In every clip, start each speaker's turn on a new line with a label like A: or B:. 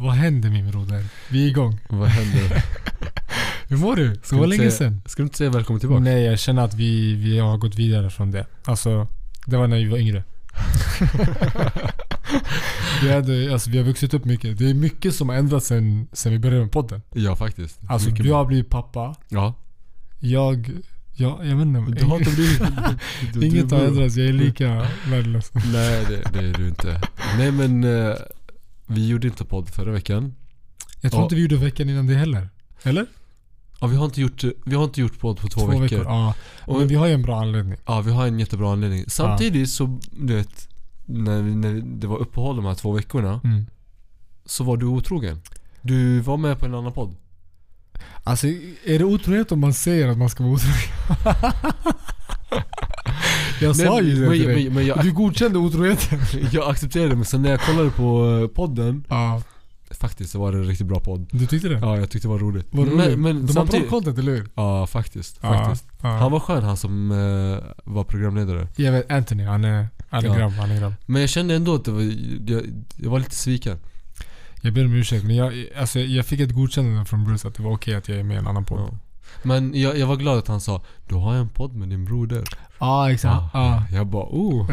A: Vad händer min broder? Vi är igång.
B: Vad händer?
A: Hur mår du? Så var länge sedan.
B: Ska du inte säga välkommen tillbaka?
A: Nej, jag känner att vi har gått vidare från det. Alltså, det var när vi var yngre. Vi har vuxit upp mycket. Det är mycket som har ändrats sen vi började med podden.
B: Ja, faktiskt.
A: Alltså,
B: mycket
A: du har blivit pappa.
B: Ja.
A: Jag vet inte.
B: Du har inte blivit...
A: Inget har ändrats. Jag är lika värdelös.
B: Nej, det är du inte. Nej, men vi gjorde inte podd förra veckan.
A: Jag tror inte vi gjorde veckan innan det heller. Eller?
B: Ja, vi har inte gjort podd på två veckor.
A: Ja. Men vi har ju en bra anledning.
B: Ja, vi har en jättebra anledning. Samtidigt så, du vet, när det var uppehåll de här 2 veckorna, så var du otrogen. Du var med på en annan podd.
A: Alltså, är det otrohet om man säger att man ska vara otrogen? Jag sa ju det till dig. Men du godkände otroheten.
B: Jag accepterade det, men sen när jag kollade på podden, faktiskt så var det en riktigt bra podd.
A: Du tyckte det?
B: Ja, jag tyckte det var roligt.
A: Men de har bra content, eller hur?
B: Ja, faktiskt. Han var skön, han som var programledare.
A: Jag vet, Anthony, han är grabb.
B: Men jag kände ändå att jag var lite sviken.
A: Jag ber om ursäkt, men jag fick ett godkännande från Bruce att det var okej att jag är med i en annan podd.
B: Ja. Men jag var glad att han sa, du har en podd med din broder.
A: Exakt.
B: Jag bara,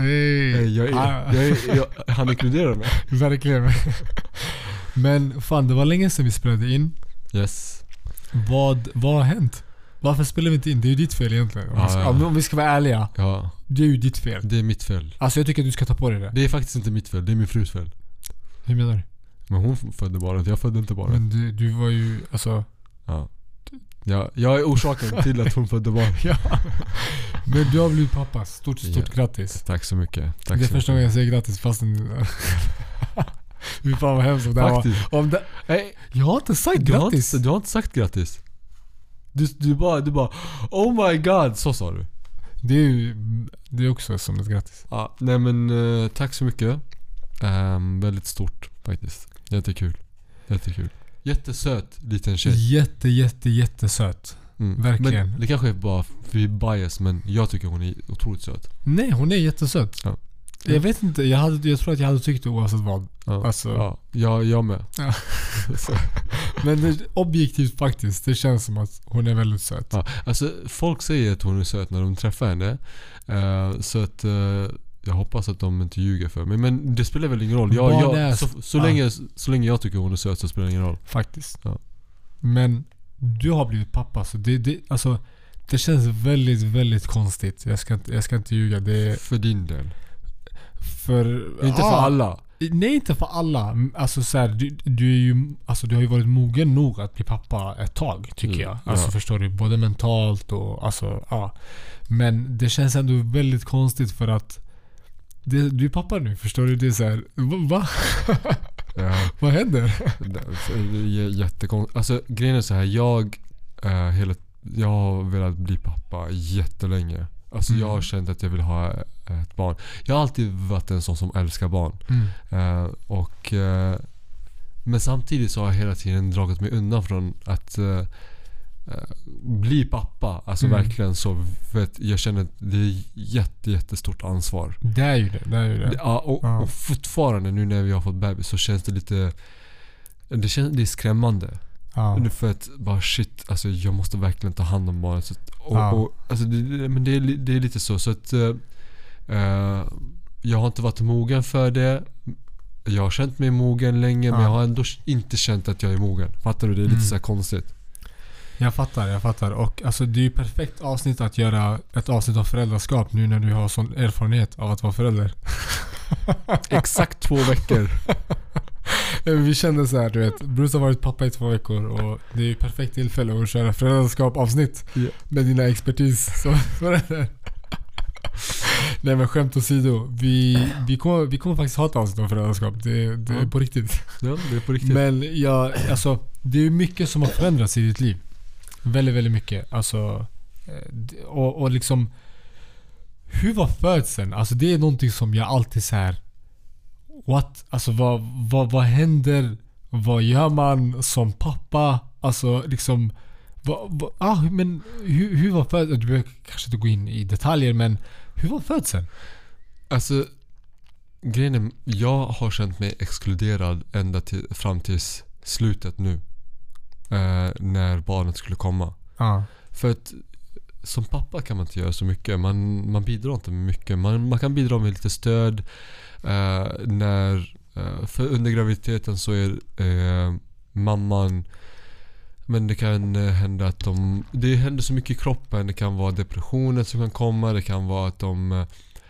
A: Hey.
B: han inkluderar mig.
A: Verkligen. Men fan, det var länge sedan vi spelade in.
B: Yes.
A: Vad har hänt? Varför spelar vi inte in? Det är ju ditt fel egentligen. Om vi ska vara ärliga.
B: Ja.
A: Det är ju ditt fel.
B: Det är mitt fel.
A: Alltså jag tycker att du ska ta på dig det.
B: Det är faktiskt inte mitt fel, det är min frus fel.
A: Hur menar du?
B: Men hon födde barnet, jag födde inte barnet.
A: Men du var ju, alltså...
B: Ja, jag är orsaken till att hon födde barn.
A: Ja. Men du har blivit pappa. Stort grattis.
B: Tack så mycket.
A: Det är första gången jag säger grattis fast hur fan vad hemskt om det var. Jag har inte sagt grattis.
B: Du har inte sagt grattis. Du bara oh my god, så sa du.
A: Det är också som ett grattis.
B: Ja, nej men tack så mycket. Väldigt stort faktiskt. Jättekul. Jättesöt liten tjej.
A: Jättesöt. Verkligen.
B: Men det kanske är bara för bias, men jag tycker hon är otroligt söt.
A: Nej, hon är jättesöt. Ja. Jag vet inte, jag tror att jag hade tyckt det oavsett vad.
B: Jag med.
A: Ja. Men objektivt faktiskt, det känns som att hon är väldigt söt.
B: Ja, alltså folk säger att hon är söt när de träffar henne. Så att jag hoppas att de inte ljuger för mig. Men det spelar väl ingen roll. Så länge jag tycker hon är söt så spelar det ingen roll.
A: Faktiskt. Ja. Men du har blivit pappa, så det känns väldigt, väldigt konstigt. Jag ska inte ljuga.
B: För din del.
A: Inte
B: för alla.
A: Nej, inte för alla. Alltså så här, du är ju, alltså du har ju varit mogen nog att bli pappa ett tag, tycker jag. Alltså förstår du, både mentalt och alltså Men det känns ändå väldigt konstigt för att du är pappa nu, förstår du? Det är så här, va? Ja. Vad händer?
B: Det är jättekonstigt. Alltså grejen är så här, jag har velat bli pappa jättelänge. Alltså jag har känt att jag vill ha ett barn. Jag har alltid varit en sån som älskar barn. Men samtidigt så har jag hela tiden dragit mig undan från att bli pappa. Alltså verkligen så. För att jag känner att det är jättestort ansvar.
A: Det är ju det.
B: Ja, och fortfarande nu när vi har fått bebis så känns det lite... Det är skrämmande. För att bara shit, alltså jag måste verkligen ta hand om barnet. Alltså men det är lite så att jag har inte varit mogen för det. Jag har känt mig mogen länge, men jag har ändå inte känt att jag är mogen. Fattar du? Det är lite så här konstigt.
A: Jag fattar. Och alltså det är ju perfekt avsnitt att göra ett avsnitt av föräldraskap nu när du har sån erfarenhet av att vara förälder.
B: Exakt 2 veckor.
A: Vi kände så här, du vet, Bruce har varit pappa i 2 veckor och det är ju perfekt tillfälle att köra föräldraskap avsnitt med dina expertis. Nej, men skämt åsido, vi kommer faktiskt ha ett avsnitt om föräldraskap. Det är på riktigt.
B: Ja, det är på riktigt.
A: Men alltså, det är mycket som har förändrats i ditt liv. Väldigt, väldigt mycket. Alltså, och liksom, hur var födseln? Alltså det är någonting som jag alltid så här. What? Alltså vad händer? Vad gör man som pappa? Alltså liksom men hur var födseln? Du behöver kanske inte gå in i detaljer, men hur var födseln?
B: Alltså grejen är, jag har känt mig exkluderad ända fram tills slutet nu. När barnet skulle komma. För att som pappa kan man inte göra så mycket. Man bidrar inte med mycket. Man kan bidra med lite stöd. För under graviditeten så är mamman, men det kan hända att det händer så mycket i kroppen. Det kan vara depressioner som kan komma. Det kan vara att de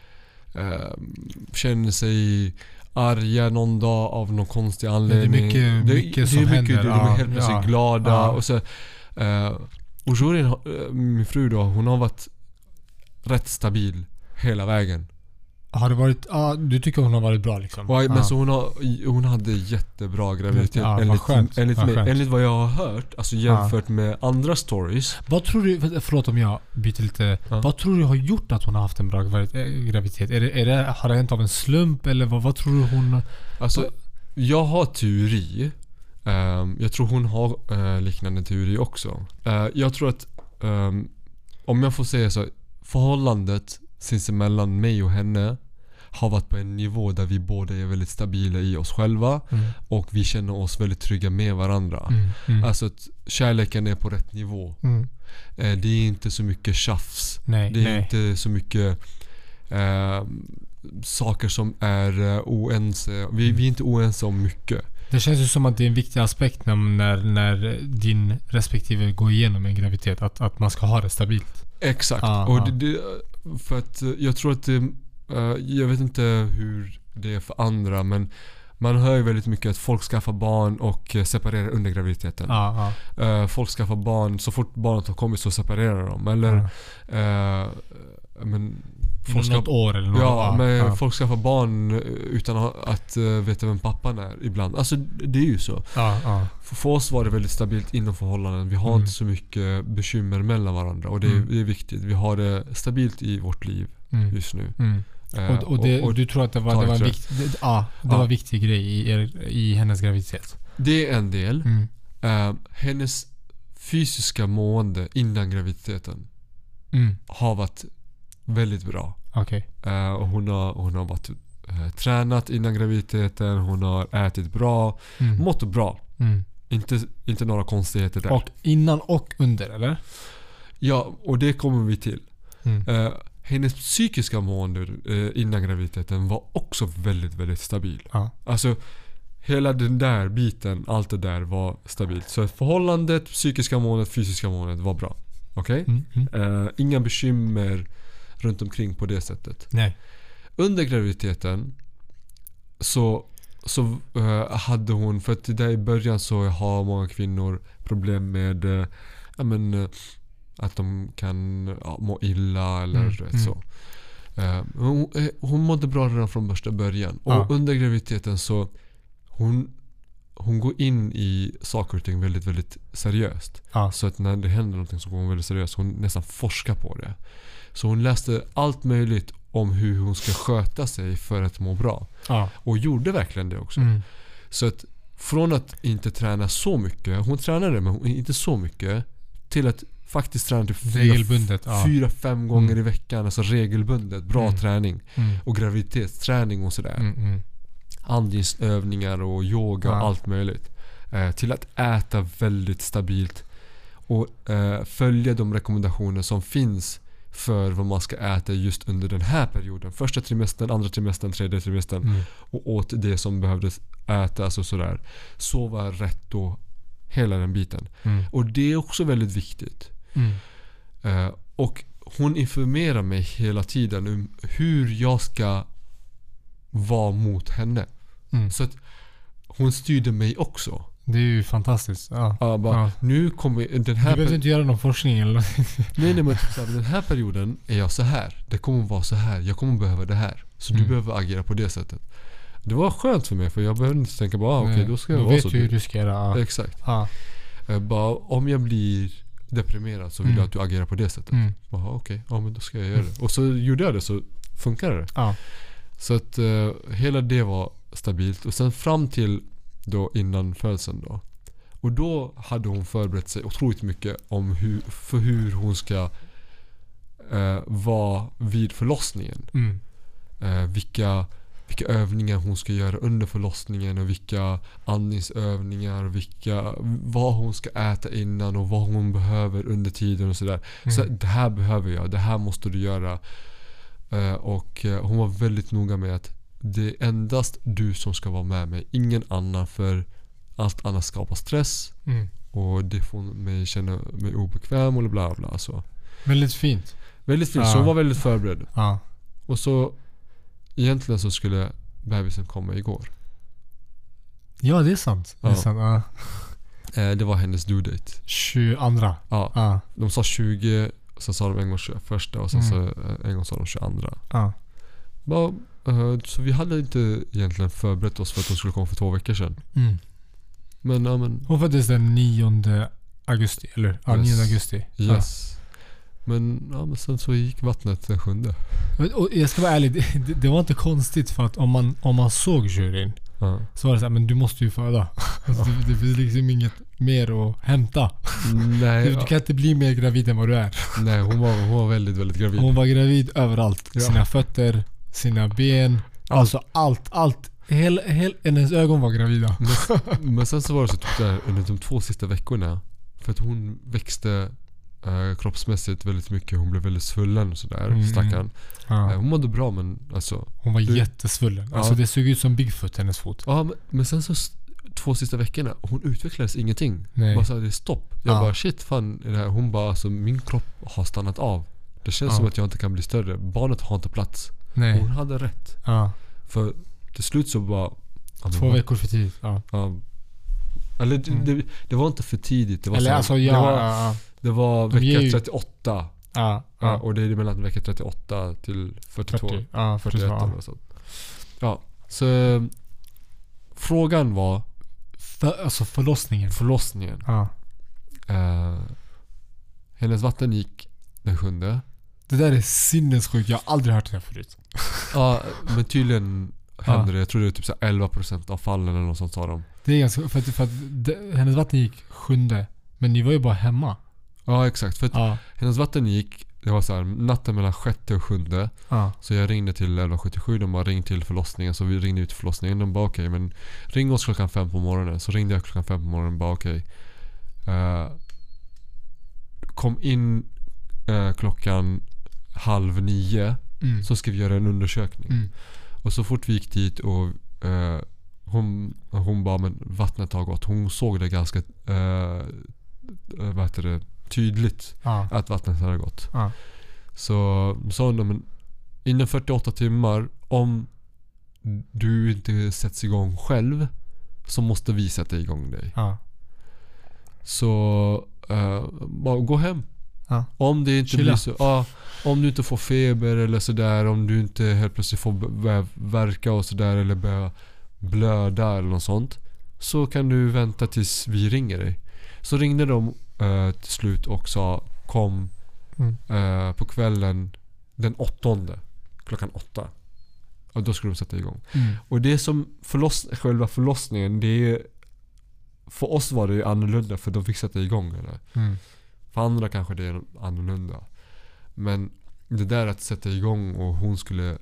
B: känner sig arga någon dag av någon konstig anledning.
A: Det är mycket som händer.
B: De är helt plötsligt glada. Och så, och Jorin, min fru då, hon har varit rätt stabil hela vägen.
A: Har det varit, du tycker hon har varit bra liksom?
B: Men så hon hade jättebra graviditet enligt vad jag har hört, alltså jämfört med andra stories.
A: Vad tror du, förlåt om jag byter lite, vad tror du har gjort att hon har haft en bra graviditet? Har det hänt av en slump eller vad tror du hon?
B: Alltså, jag har teori. Jag tror hon har liknande teori också. Jag tror att om jag får säga så, förhållandet sinsemellan mig och henne har varit på en nivå där vi båda är väldigt stabila i oss själva och vi känner oss väldigt trygga med varandra. Alltså att kärleken är på rätt nivå. Det är inte så mycket tjafs. Det är inte så mycket saker som är oense. Vi är inte oense om mycket.
A: Det känns ju som att det är en viktig aspekt när din respektive går igenom en graviditet, att man ska ha det stabilt.
B: Exakt. Och för att jag tror att jag vet inte hur det är för andra, men man hör ju väldigt mycket att folk skaffar barn och separerar under graviditeten. Folk skaffar barn, så fort barnet har kommit så separerar de. Eller
A: något år eller något.
B: Folk skaffar barn utan att veta vem pappan är ibland. Alltså det är ju så. För oss var det väldigt stabilt inom förhållanden. Vi har inte så mycket bekymmer mellan varandra. Och det är viktigt. Vi har det stabilt i vårt liv just nu.
A: Och du tror att det var en viktig grej i hennes graviditet?
B: Det är en del. Hennes fysiska mående innan graviditeten har varit väldigt bra. Och hon har varit tränat innan graviditeten. Hon har ätit bra. Mått bra. Inte några konstigheter där.
A: Och innan och under, eller?
B: Ja, och det kommer vi till. Hennes psykiska mående innan graviditeten var också väldigt, väldigt stabil. Alltså hela den där biten, allt det där var stabilt. Så förhållandet, psykiska måendet, fysiska måendet var bra. Inga bekymmer runt omkring på det sättet.
A: Nej.
B: Under graviditeten så hade hon, för att där i början så har många kvinnor problem med att de kan må illa eller så. Hon mådde bra redan från första början. Och under graviditeten så hon går in i saker och ting väldigt, väldigt seriöst. Så att när det händer någonting så går hon väldigt seriöst. Hon nästan forskar på det. Så hon läste allt möjligt om hur hon ska sköta sig för att må bra. Och gjorde verkligen det också. Så att från att inte träna så mycket, hon tränade men inte så mycket, till att faktiskt träna till 4-5 gånger i veckan. Alltså regelbundet, bra träning. Och graviditetsträning och sådär. Andningsövningar och yoga och allt möjligt. Till att äta väldigt stabilt och följa de rekommendationer som finns för vad man ska äta just under den här perioden. Första trimestern, andra trimestern, tredje trimestern. Och åt det som behövdes ätas och sådär. Sova rätt och hela den biten. Och det är också väldigt viktigt. Och hon informerar mig hela tiden om hur jag ska vara mot henne. Så att hon styrde mig också.
A: Det är ju fantastiskt.
B: Nu kommer den här...
A: Du behöver inte göra någon forskning eller
B: Nej, men den här perioden är jag så här. Det kommer vara så här. Jag kommer behöva det här. Så du behöver agera på det sättet. Det var skönt för mig, för jag behövde inte tänka bara okej, då ska jag vara så.
A: Då vet du hur du ska göra.
B: Exakt. Bara, om jag blir deprimerad så vill jag att du agerar på det sättet. Okej, men då ska jag göra det. Och så gjorde jag det, så funkar det. Så att hela det var stabilt. Och sen fram till då innan födseln då. Och då hade hon förberett sig otroligt mycket om hur hon ska vara vid förlossningen. Vilka vilka övningar hon ska göra under förlossningen och vilka andningsövningar, vad hon ska äta innan och vad hon behöver under tiden och sådär. Så det här behöver jag, det här måste du göra. Och hon var väldigt noga med att det är endast du som ska vara med mig, ingen annan, för allt annat skapar stress och det får mig känna mig obekväm och bla bla så.
A: Väldigt fint.
B: Väldigt fint, så hon var väldigt förberedd. Och så egentligen så skulle bebisen komma igår.
A: Ja, det är sant. Det är sant.
B: Det var hennes due date.
A: 22.
B: Ja. De sa 20, sen sa de en gång 21 och sen så en gång sa de 22. Så vi hade inte egentligen förberett oss för att de skulle komma för 2 veckor sedan. Men
A: hon föddes den 9 augusti, eller? Ja, 9 augusti.
B: Yes. Men sen så gick vattnet den 7.
A: Och jag ska vara ärlig, det var inte konstigt, för att om man såg juryn så var det så här, men du måste ju föda. Alltså, det finns liksom inget mer att hämta.
B: Nej,
A: du kan inte bli mer gravid än vad du är.
B: Nej, hon var väldigt, väldigt gravid.
A: Hon var gravid överallt. Sina fötter, sina ben, alltså allt. Hennes ögon var gravida.
B: Men sen så var det så typ där under de 2 sista veckorna, för att hon växte kroppsmässigt väldigt mycket. Hon blev väldigt svullen och sådär, stackarn. Hon mådde bra, men alltså
A: hon var jättesvullen. Alltså det såg ut som Bigfoot, hennes fot.
B: Ja, men sen så 2 sista veckorna, hon utvecklades ingenting.
A: Nej.
B: Bara så här, det är stopp. Jag bara shit, fan är det här? Hon bara, alltså min kropp har stannat av. Det känns som att jag inte kan bli större. Barnet har inte plats.
A: Nej.
B: Hon hade rätt. För till slut så bara
A: 2 veckor för tidigt.
B: Eller det var inte för tidigt. Det var
A: eller
B: så
A: här,
B: det var vecka 38. Och det är mellan vecka 38 till 42. 41 eller så. Så frågan var
A: alltså förlossningen.
B: Hennes vatten gick den 7.
A: Det där är sinnessjukt. Jag har aldrig hört det här förut.
B: Men tydligen händer det. Jag tror det är typ så 11% av fallen eller något sånt, sa de.
A: Det är ganska, för att hennes vatten gick 7, men ni var ju bara hemma.
B: Ja, exakt. För att hennes vatten gick, det var så här natten mellan 6 och 7. Så jag ringde till 1177. De bara ring till förlossningen. Så vi ringde ut till förlossningen. De bara okej, men ring oss klockan 5 på morgonen. Så ringde jag klockan 5 på morgonen. Bara okej. Kom in klockan 8:30. Så ska vi göra en undersökning. Och så fort vi gick dit och hon bara, men vattnet har gått. Hon såg det ganska tydligt att vattnet hade gått. Så sa hon, men inom 48 timmar, om du inte sätts igång själv, så måste vi sätta igång dig. Så bara gå hem. Om det inte blir så, om du inte får feber eller sådär, om du inte helt plötsligt får verka och sådär, eller börja blöda eller något sånt, så kan du vänta tills vi ringer dig. Så ringde de till slut och sa kom på kvällen den 8:e klockan 8. Och då skulle de sätta igång. Och det som själva förlossningen, det är, för oss var det annorlunda, för de fick sätta igång eller. För andra kanske det är annorlunda. Men det där att sätta igång och hon skulle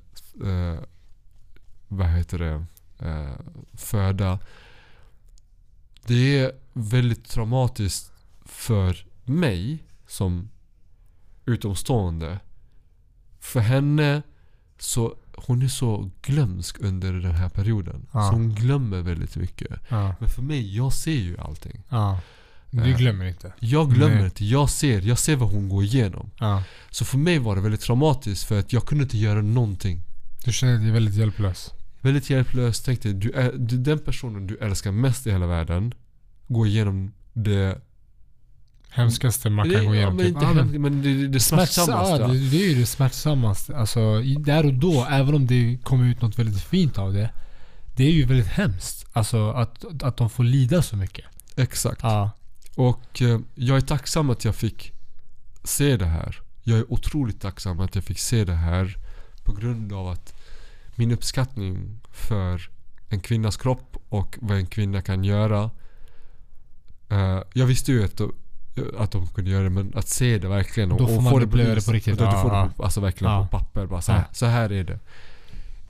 B: föda, det är väldigt traumatiskt för mig som utomstående. För henne, så hon är så glömsk under den här perioden. Så hon glömmer väldigt mycket. Men för mig, jag ser ju allting.
A: Du glömmer inte.
B: Jag glömmer inte. Jag ser vad hon går igenom. Så för mig var det väldigt traumatiskt, för att jag kunde inte göra någonting.
A: Du kände dig väldigt hjälplös.
B: Väldigt hjälplös. Tänkte du är den personen du älskar mest i hela världen, går igenom det
A: hemskaste man kan gå igenom.
B: Men det smärtsammaste.
A: Det är ju det smärtsammaste. Alltså där och då, även om det kommer ut något väldigt fint av det, det är ju väldigt hemskt. Alltså att de får lida så mycket.
B: Exakt. Och jag är tacksam att jag fick se det här. Jag är otroligt tacksam att jag fick se det här, på grund av att min uppskattning för en kvinnas kropp och vad en kvinna kan göra. Jag visste ju att de kunde göra det, men att se det verkligen och
A: då får man få det på riktigt.
B: Då får det alltså verkligen på papper. Bara så här är det.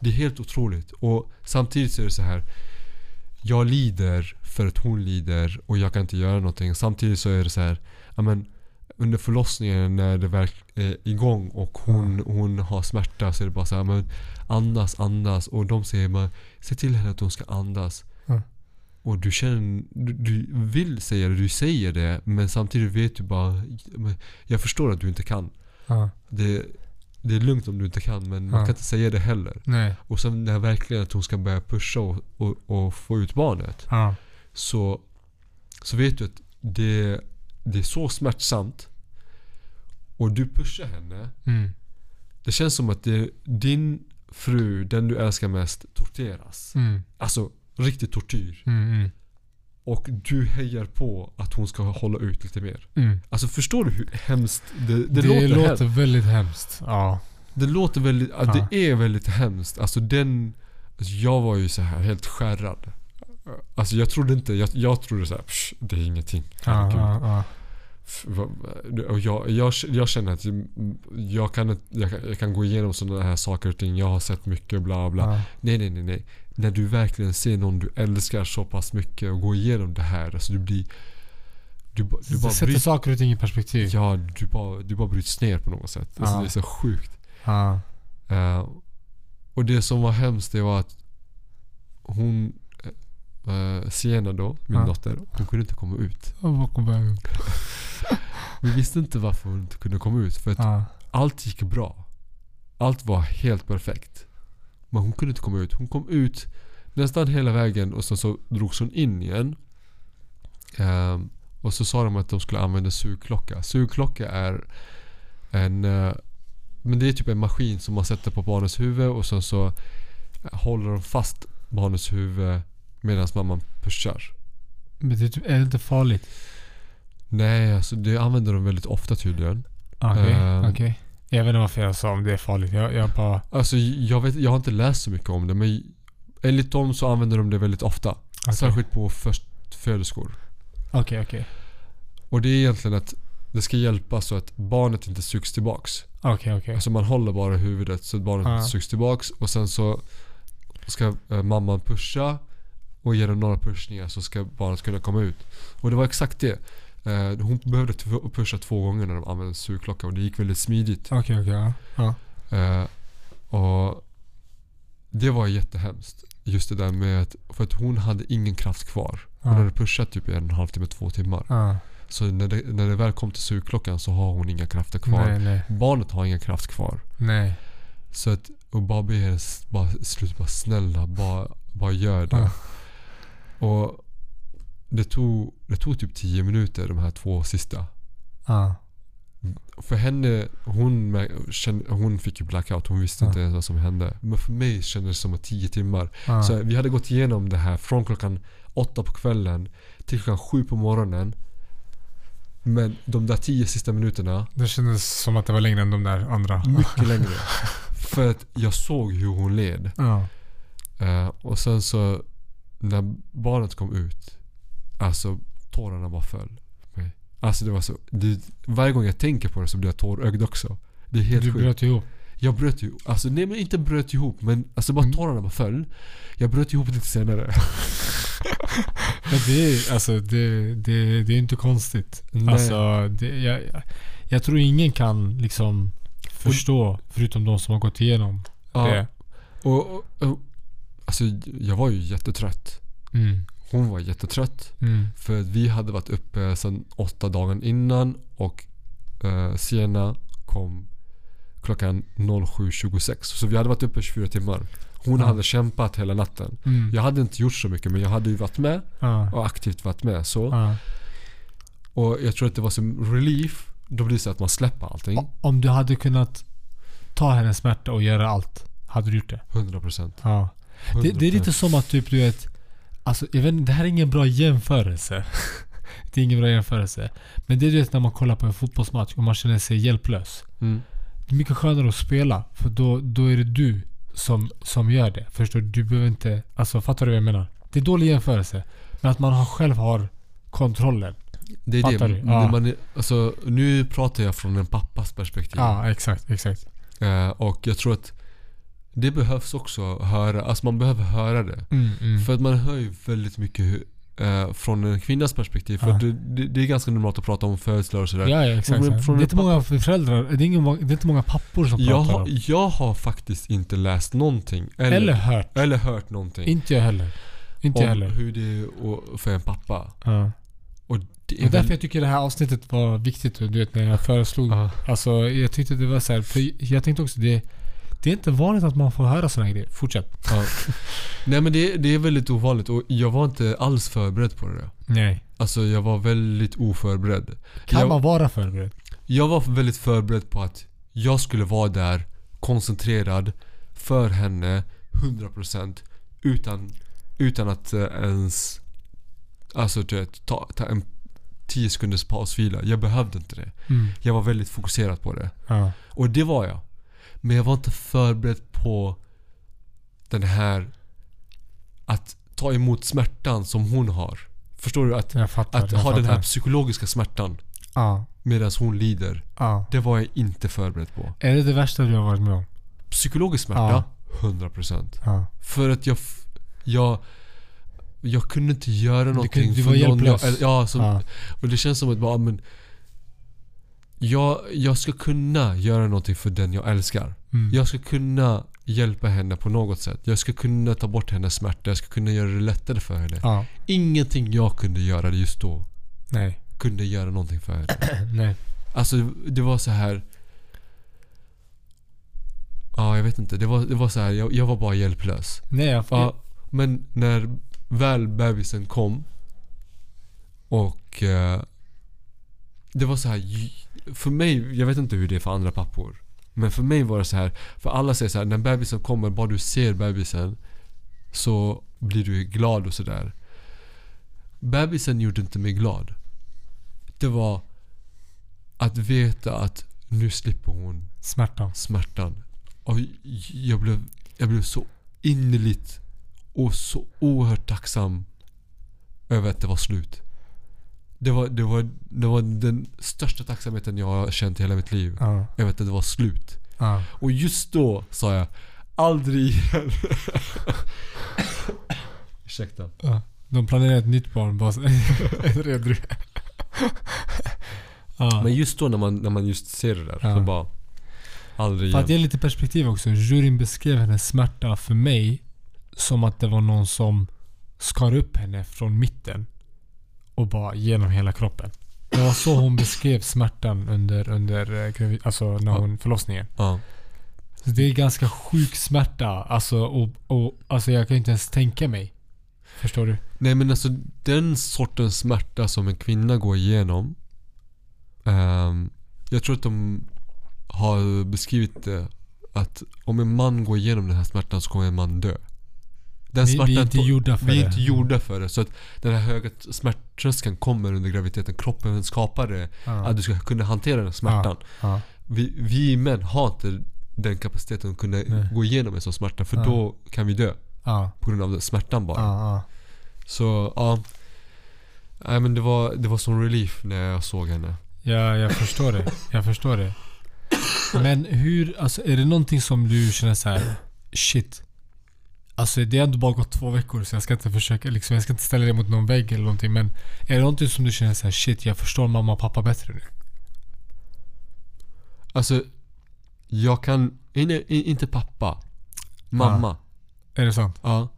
B: Det är helt otroligt. Och samtidigt så är det så här. Jag lider för att hon lider och jag kan inte göra någonting. Samtidigt så är det så här, ja men under förlossningen när det är igång och hon har smärta, så är det bara så här, men andas och de säger bara, se till henne att hon ska andas. Och du känner, du vill säga det, du säger det, men samtidigt vet du bara, jag förstår att du inte kan. Det är lugnt om du inte kan, men man kan inte säga det heller.
A: Nej.
B: Och sen när verkligen att hon ska börja pusha och få ut barnet, så vet du att det är så smärtsamt, och du pushar henne. Det känns som att din fru, den du älskar mest, torteras. Alltså riktigt tortyr. Och du hejar på att hon ska hålla ut lite mer. Alltså förstår du hur hemskt det låter
A: väldigt hemskt. Ja.
B: Det låter väldigt, det är väldigt hemskt. Alltså jag var ju så här helt skärrad. Alltså jag trodde inte, jag trodde så här, det är ingenting. Och jag känner att jag kan gå igenom sådana här saker och ting. Jag har sett mycket bla bla. Nej. När du verkligen ser någon du älskar så pass mycket och går igenom det här, alltså du bara
A: sätter saker och ting i perspektiv.
B: Ja, du bara bryts ner på något sätt. Alltså det är så sjukt. Och det som var hemskt, det var att hon Sienna då, min dotter, hon kunde inte komma ut. Vi visste inte varför hon inte kunde komma ut, för att allt gick bra. Allt var helt perfekt. Men hon kunde inte komma ut. Hon kom ut nästan hela vägen och så drogs hon in igen. Och så sa de att de skulle använda sugklocka. Sugklocka är men det är typ en maskin som man sätter på barnets huvud, och så håller de fast barnets huvud medan mamman pushar.
A: Men det är det inte farligt?
B: Nej, alltså det använder de väldigt ofta tydligen.
A: Okej. Jag vet inte varför jag sa om det är farligt. Jag bara...
B: Alltså jag har inte läst så mycket om det, men enligt dem så använder de det väldigt ofta. Särskilt på förstföderskor.
A: Okej.
B: Och det är egentligen att det ska hjälpa så att barnet inte sugs tillbaks.
A: Okej.
B: Alltså man håller bara huvudet så att barnet inte sugs tillbaks, och sen så ska mamman pusha, och genom några pushningar så ska barnet kunna komma ut. Och det var exakt det. Hon behövde pusha 2 gånger när de använde sugklocka, och det gick väldigt smidigt.
A: Okej.
B: Och det var jättehemskt. Just det där med att, för att hon hade ingen kraft kvar. Hon hade pushat typ 1,5 timme, 2 timmar. Så när det väl kom till sugklockan så har hon inga krafter kvar.
A: Nej.
B: Barnet har ingen kraft kvar.
A: Nej.
B: Så att, och bara be henne, bara snälla, bara gör det. Och det tog typ 10 minuter, de här 2 sista. För henne, hon fick ju blackout. Hon visste inte ens vad som hände. Men för mig kändes det som 10 timmar. Så vi hade gått igenom det här från klockan 8 på kvällen till klockan 7 på morgonen. Men de där 10 sista minuterna,
A: det kändes som att det var längre än de där andra.
B: Mycket längre. För att jag såg hur hon led. Och sen så när barnet kom ut, alltså tårarna bara föll. Alltså det var så, varje gång jag tänker på det så blir jag tårögd också. Det är helt sjukt.
A: Du bröt ihop.
B: Jag bröt ihop. Alltså nej, men inte bröt ihop, men alltså bara tårarna bara föll. Jag bröt ihop lite senare.
A: Men det är inte konstigt. Nej. Alltså jag tror ingen kan liksom förstå, förutom de som har gått igenom det.
B: Och alltså jag var ju jättetrött. Hon var jättetrött. För att vi hade varit uppe sedan 8 dagar innan, och Sienna kom klockan 07.26. Så vi hade varit uppe 24 timmar. Hon hade kämpat hela natten. Jag hade inte gjort så mycket, men jag hade ju varit med och aktivt varit med. Så. Och jag tror att det var som relief. Då blir det så att man släpper allting.
A: Om du hade kunnat ta hennes smärta och göra allt, hade du gjort det?
B: 100%.
A: Ja. Det är lite som att typ, du vet, alltså, jag vet inte, det här är ingen bra jämförelse. Det är ingen bra jämförelse. Men det är det när man kollar på en fotbollsmatch och man känner sig hjälplös. Det är mycket skönare att spela, för då är det du som gör det. Förstår du? Du behöver inte, alltså fattar du vad jag menar? Det är dålig jämförelse. Men att man själv har kontrollen.
B: Det är fattar det. Man alltså, nu pratar jag från en pappas perspektiv.
A: Ja, exakt.
B: Och jag tror att det behövs också höra. Alltså man behöver höra det. För att man hör ju väldigt mycket från en kvinnas perspektiv. För att det är ganska normalt att prata om födslar och sådär.
A: Ja, exakt. Det är inte många föräldrar. Det är inte många pappor som pratar om.
B: Jag har faktiskt inte läst någonting. Eller hört någonting.
A: Inte jag heller. Om
B: hur det är för en pappa. Och det
A: är därför jag tycker det här avsnittet var viktigt. Du vet, när jag föreslog. Alltså jag tyckte det var så här. För jag tänkte också det är inte vanligt att man får höra såna här grejer. Fortsätt.
B: Nej, men det är väldigt ovanligt. Och jag var inte alls förberedd på det.
A: Nej.
B: Alltså jag var väldigt oförberedd.
A: Kan man vara förberedd?
B: Jag var väldigt förberedd på att jag skulle vara där, koncentrerad för henne 100% utan att ens alltså ta en 10 sekunders pausvila. Jag behövde inte det. Jag var väldigt fokuserad på det. Och det var jag. Men jag var inte förberedd på den här att ta emot smärtan som hon har. Förstår du? Att ha den här psykologiska smärtan medan hon lider. Det var jag inte förberedd på.
A: Är det värsta du har varit med om?
B: Psykologisk smärta? 100%. För att jag kunde inte göra någonting
A: du var hjälplös.
B: Och det känns som att bara, men jag ska kunna göra någonting för den jag älskar. Jag ska kunna hjälpa henne på något sätt. Jag ska kunna ta bort hennes smärta. Jag ska kunna göra det lättare för henne. Ingenting jag kunde göra just då kunde göra någonting för henne.
A: Nej.
B: Alltså det var så här. Jag vet inte. Det var så här. Jag var bara hjälplös.
A: Nej,
B: men när väl bebisen kom och det var så här. För mig, jag vet inte hur det är för andra pappor, men för mig var det så här. För alla säger så här, när bebisen kommer, bara du ser bebisen så blir du glad och sådär. Bebisen gjorde inte mig glad. Det var att veta att nu slipper hon smärtan. Och jag blev så innerligt och så oerhört tacksam över att det var slut. Det var den största tacksamheten jag har känt i hela mitt liv. Över att det var slut. Och just då sa jag aldrig igen. Ursäkta.
A: De planerar ett nytt barn.
B: Men just då när man just ser det där så bara aldrig igen.
A: För att ge lite perspektiv också. Juryn beskrev hennes smärta för mig som att det var någon som skar upp henne från mitten och bara genom hela kroppen. Det var så hon beskrev smärtan under alltså när hon förlossningen. Så det är ganska sjuk smärta. Alltså, alltså jag kan inte ens tänka mig. Förstår du?
B: Nej, men alltså den sortens smärta som en kvinna går igenom. Jag tror att de har beskrivit det, att om en man går igenom den här smärtan så kommer en man dö. Den smärtan
A: vi är inte gjorda för det.
B: Så att den här höga smärttröskeln kommer under graviditeten. Kroppen skapar det att du ska kunna hantera den smärtan. Vi män har inte den kapaciteten att kunna gå igenom en sån smärta, för då kan vi dö på grund av smärtan bara. Så nej, men det var som relief när jag såg henne.
A: Ja, jag förstår det. Men hur, alltså är det någonting som du känner så här: shit, alltså det har ändå bara gått 2 veckor, så jag ska inte försöka liksom, jag ska inte ställa det mot någon vägg eller någonting, men är det någonting som du känner så här: shit, jag förstår mamma och pappa bättre nu?
B: Alltså jag kan inte pappa, mamma.
A: Är det sant?
B: Ja.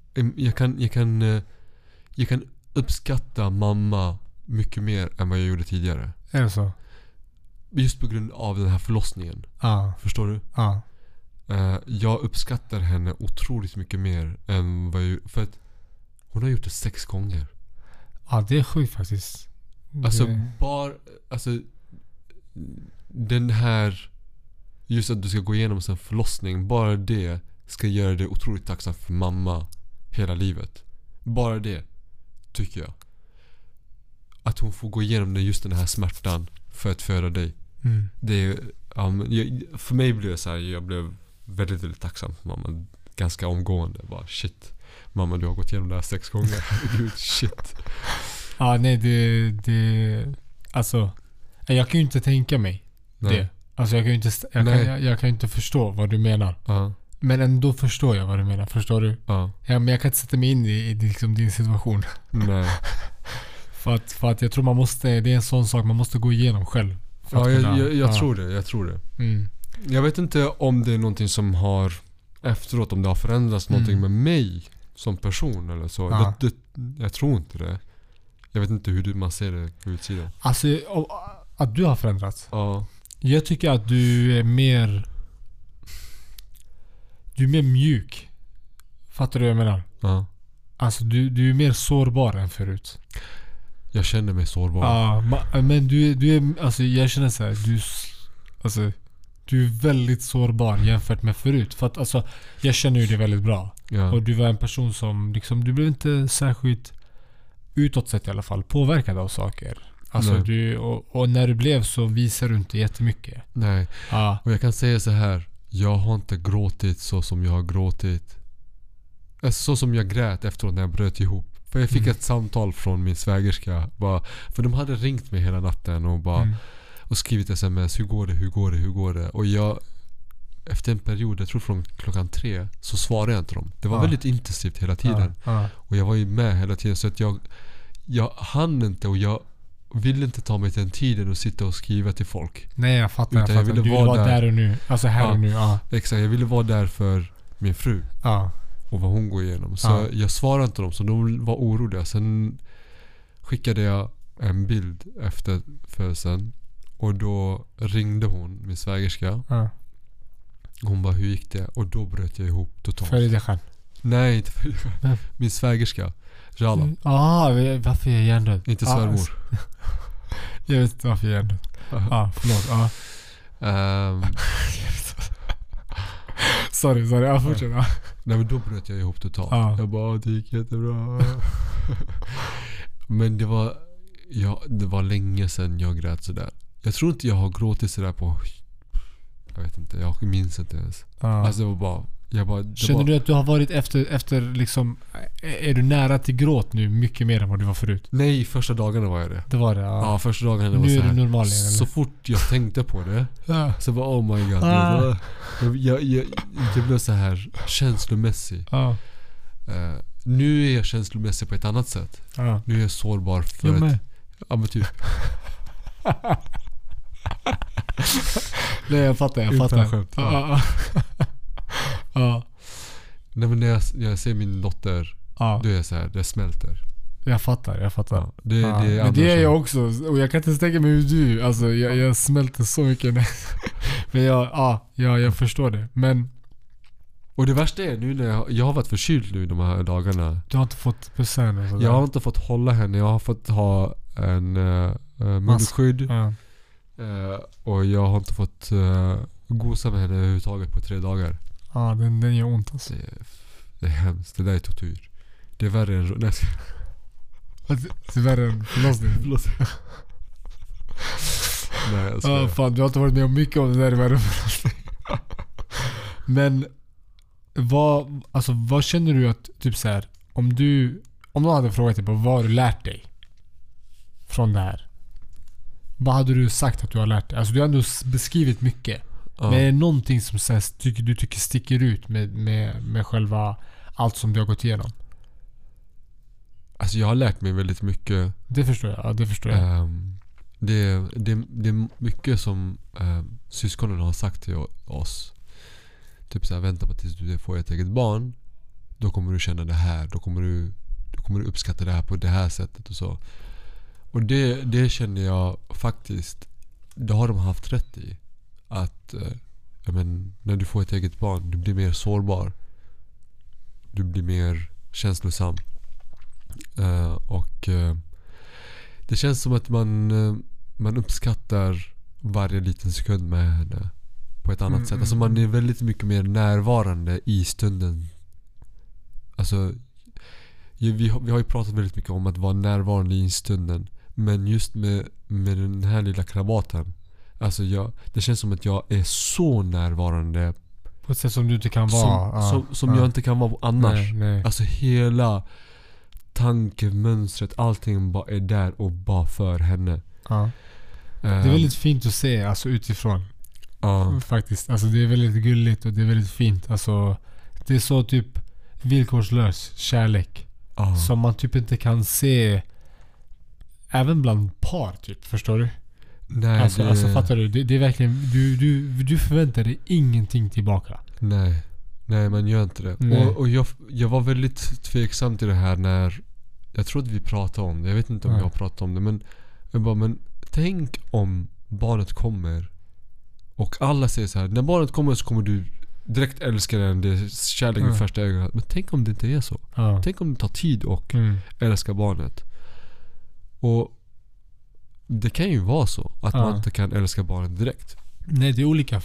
B: Jag kan uppskatta mamma mycket mer än vad jag gjorde tidigare.
A: Är det så?
B: Just på grund av den här förlossningen. Förstår du? Jag uppskattar henne otroligt mycket mer än vad jag, för att hon har gjort det 6 gånger.
A: Ja, det är sjukt faktiskt.
B: Alltså den här, just att du ska gå igenom en förlossning, bara det ska göra det otroligt tacksam för mamma hela livet. Bara det tycker jag. Att hon får gå igenom just den här smärtan för att föda dig. Det är, för mig blev det så här, jag blev väldigt, väldigt tacksam för mamma ganska omgående. Bara shit, mamma, du har gått igenom det här 6 gånger. Gud, shit.
A: Nej, det alltså jag kan ju inte tänka mig det. Alltså jag kan ju inte förstå vad du menar. Men ändå förstår jag vad du menar. Förstår du?
B: Ja.
A: Men jag kan inte sätta mig in i liksom din situation.
B: Nej.
A: för att jag tror man måste, det är en sån sak man måste gå igenom själv.
B: Ja, jag tror det. Jag tror det. Jag vet inte om det är någonting som har efteråt, om det har förändrats någonting med mig som person eller så. Ja. Jag tror inte det. Jag vet inte hur man ser det på utsidan.
A: Alltså, att du har förändrats?
B: Ja.
A: Jag tycker att du är mer mjuk. Fattar du vad jag menar?
B: Ja.
A: Alltså du är mer sårbar än förut.
B: Jag känner mig sårbar.
A: Ja, men du är, alltså jag känner så här, du är väldigt sårbar jämfört med förut. För att alltså, jag känner ju det väldigt bra.
B: Ja.
A: Och du var en person som liksom, du blev inte särskilt utåt sett i alla fall påverkad av saker. Alltså och när du blev så visar du inte jättemycket.
B: Nej. Och jag kan säga så här. Jag har inte gråtit så som jag har gråtit. Alltså, så som jag grät efteråt när jag bröt ihop. För jag fick ett samtal från min svägerska. För de hade ringt mig hela natten och skrivit sms. Hur går det? Och jag, efter en period, jag tror från 3:00, så svarade jag inte dem. Det var väldigt intensivt hela tiden. Och jag var ju med hela tiden. Så att jag hann inte, och jag ville inte ta mig till den tiden och sitta och skriva till folk.
A: Nej, jag fattar. Jag ville vara där och nu. Alltså här och nu.
B: Exakt, jag ville vara där för min fru. Och vad hon går igenom. Så jag svarade inte dem, så de var oroliga. Sen skickade jag en bild efter födelsen. Och då ringde hon, min svägerska. Hon bara, hur gick det? Och då bröt jag ihop totalt.
A: För dig själv?
B: Nej, inte för dig själv. Min svägerska. Jalla.
A: Varför är jag hjärndöd?
B: Inte svärmor.
A: Jag vet inte varför jag är hjärndöd. Förlåt. Sorry, fortsätt.
B: Nej, men då bröt jag ihop totalt. Jag bara, det gick jättebra. Men det var länge sedan jag grät sådär. Jag tror inte jag har gråtit sådär på, jag vet inte, jag minns inte ens. Alltså det var bara, känner
A: du att du har varit efter liksom, är du nära till gråt nu mycket mer än vad du var förut?
B: Nej, första dagarna var jag det.
A: Det var det,
B: ja. Första dagarna det var
A: nu
B: så här.
A: Är det normal igen,
B: så fort jag tänkte på det så var oh my god. Jag blev så här känslomässig. Nu är jag känslomässig på ett annat sätt. Nu är jag sårbar för ja, men typ.
A: Nej, jag fattar.
B: Nej, men när jag ser min dotter, då är jag så här, det smälter.
A: Jag fattar.
B: Men
A: det är jag också. Och jag kan inte tänka mig hur du, alltså jag smälter så mycket. Men jag förstår det. Men
B: och det värsta är nu när jag har varit förkyld nu de här dagarna.
A: Du har inte fått pussa henne?
B: Jag har inte fått hålla henne. Jag har fått ha en munskydd. Och jag har inte fått gosa med henne överhuvudtaget på 3 dagar.
A: Den gör ont alltså.
B: Det är hemskt. Det där är tortyr. Det är värre än... Nej.
A: Det är värre än förlossning.
B: Nej, alltså.
A: Fan, du har inte varit med om mycket av det där i värre förlossning. Men vad känner du att typ så här, om någon hade frågat dig på vad har du lärt dig från det här? Vad hade du sagt att du har lärt dig? Alltså du har ändå beskrivit mycket. Men är det någonting som så här, du tycker sticker ut med själva allt som du har gått igenom?
B: Alltså jag har lärt mig väldigt mycket.
A: Det förstår jag.
B: Det är mycket som syskonen har sagt till oss. Typ såhär, vänta på tills du får ett eget barn. Då kommer du känna det här. Då kommer du uppskatta det här på det här sättet och så. Och det känner jag faktiskt, det har de haft rätt i. Att när du får ett eget barn, du blir mer sårbar. Du blir mer känslosam. Och det känns som att man uppskattar varje liten sekund med henne på ett annat sätt. Alltså man är väldigt mycket mer närvarande i stunden. Alltså vi har ju pratat väldigt mycket om att vara närvarande i stunden. Men just med den här lilla krabaten, alltså det känns som att jag är så närvarande
A: på ett sätt som du inte kan vara.
B: Som jag inte kan vara annars.
A: Nej.
B: Alltså hela tankemönstret, allting bara är där och bara för henne.
A: Det är väldigt fint att se, alltså utifrån. Faktiskt. Alltså det är väldigt gulligt och det är väldigt fint. Alltså det är så typ villkorslös kärlek. Som man typ inte kan se även bland par typ. Förstår du?
B: Nej,
A: alltså fattar du? Det är verkligen du förväntar dig ingenting tillbaka.
B: Nej, man gör inte det. Och jag var väldigt tveksam till det här när jag trodde vi pratade om det. Jag vet inte om jag har pratat om det, men jag bara, men tänk om barnet kommer och alla säger så här: när barnet kommer så kommer du direkt älska den, det är kärlek vid första ögat. Men tänk om det inte är så. Tänk om det tar tid och älska barnet. Och det kan ju vara så att man inte kan älska barnet direkt.
A: Nej, det är olika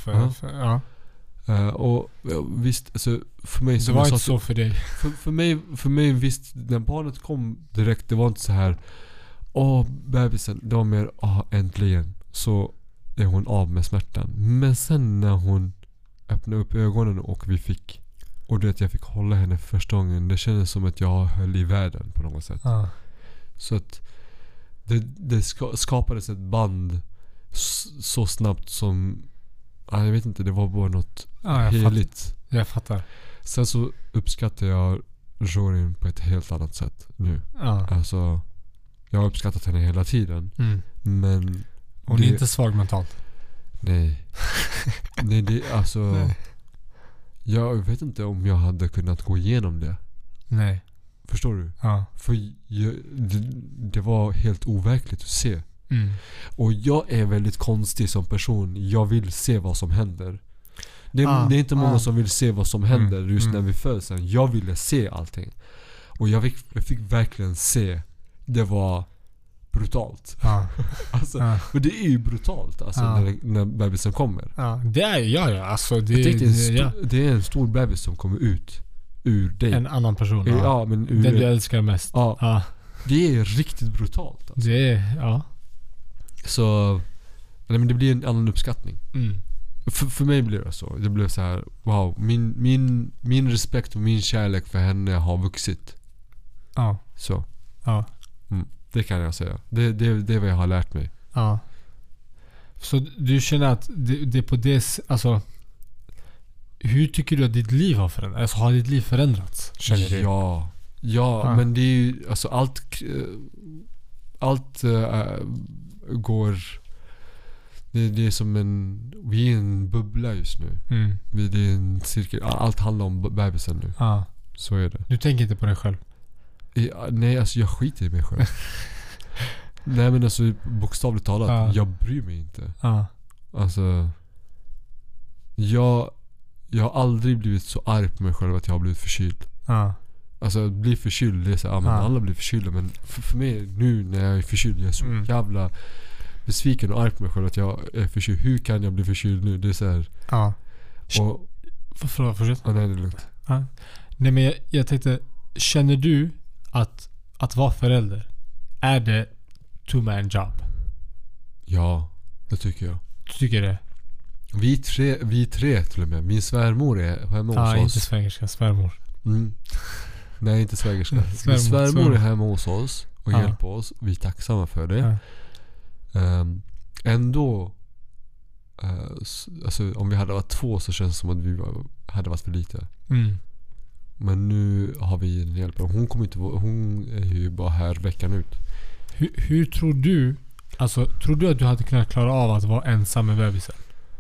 B: och visst, alltså för mig
A: det var inte så för dig.
B: För mig visst, när barnet kom direkt, det var inte så här bebisen, det var mer äntligen så är hon av med smärtan. Men sen när hon öppnade upp ögonen och jag fick hålla henne för första gången, det kändes som att jag höll i världen på något sätt. Så att det skapades ett band så snabbt som jag vet inte, det var bara något heligt.
A: Jag fattar.
B: Sen så uppskattar jag Jorin på ett helt annat sätt nu. Alltså jag har uppskattat henne hela tiden. Men
A: hon är inte svag mentalt.
B: Nej. Nej, det alltså nej. Jag vet inte om jag hade kunnat gå igenom det.
A: Nej.
B: Förstår du? För det var helt overkligt att se. Och jag är väldigt konstig som person. Jag vill se vad som händer. Det är inte många som vill se vad som händer just när vi föds. Jag ville se allting. Och jag fick verkligen se. Det var brutalt. Alltså, men det är ju brutalt alltså, när bebisen kommer.
A: Det är alltså det
B: är en stor bebis som kommer ut ur dig.
A: En annan person.
B: Men
A: den du älskar mest.
B: Det är riktigt brutalt alltså.
A: Det är
B: så men det blir en annan uppskattning. För mig blir det så. Det blev så här: wow, min respekt och min kärlek för henne har vuxit. Så. Det kan jag säga. Det är vad jag har lärt mig.
A: Så du känner att det är på det, alltså hur tycker du att ditt liv har förändrats? Alltså har ditt liv förändrats? Känner du?
B: Ja, men det är ju alltså allt går. Det är som vi är en bubbla just nu. Det är en cirkel. Allt handlar om bebisen nu. Så är det.
A: Du tänker inte på dig själv?
B: Nej, alltså jag skiter i mig själv. Nej, men alltså bokstavligt talat, jag bryr mig inte. Alltså jag har aldrig blivit så arg på mig själv att jag har blivit förkyld. Alltså att bli förkyld, det är så men alla blir förkylda, men för mig nu när jag är förkyld, jag är så jävla besviken och arg på mig själv att jag är förkyld. Hur kan jag bli förkyld nu? Det är så här. Och
A: fortsätt.
B: Nej, det är lugnt.
A: Nej, men jag tänkte, känner du att vara förälder, är det two-man job?
B: Ja, det tycker jag.
A: Du tycker det?
B: Vi tre till och med. Min svärmor är hemma hos oss.
A: Inte svägerska, svärmor.
B: Nej, inte svägerska. Min svärmor är hemma hos oss och hjälper oss. Vi är tacksamma för det. Ändå alltså, om vi hade varit 2 så känns det som att vi hade varit för lite. Men nu har vi en hjälp. Hon är ju bara här veckan ut.
A: Hur tror du, alltså tror du att du hade kunnat klara av att vara ensam med bebisen?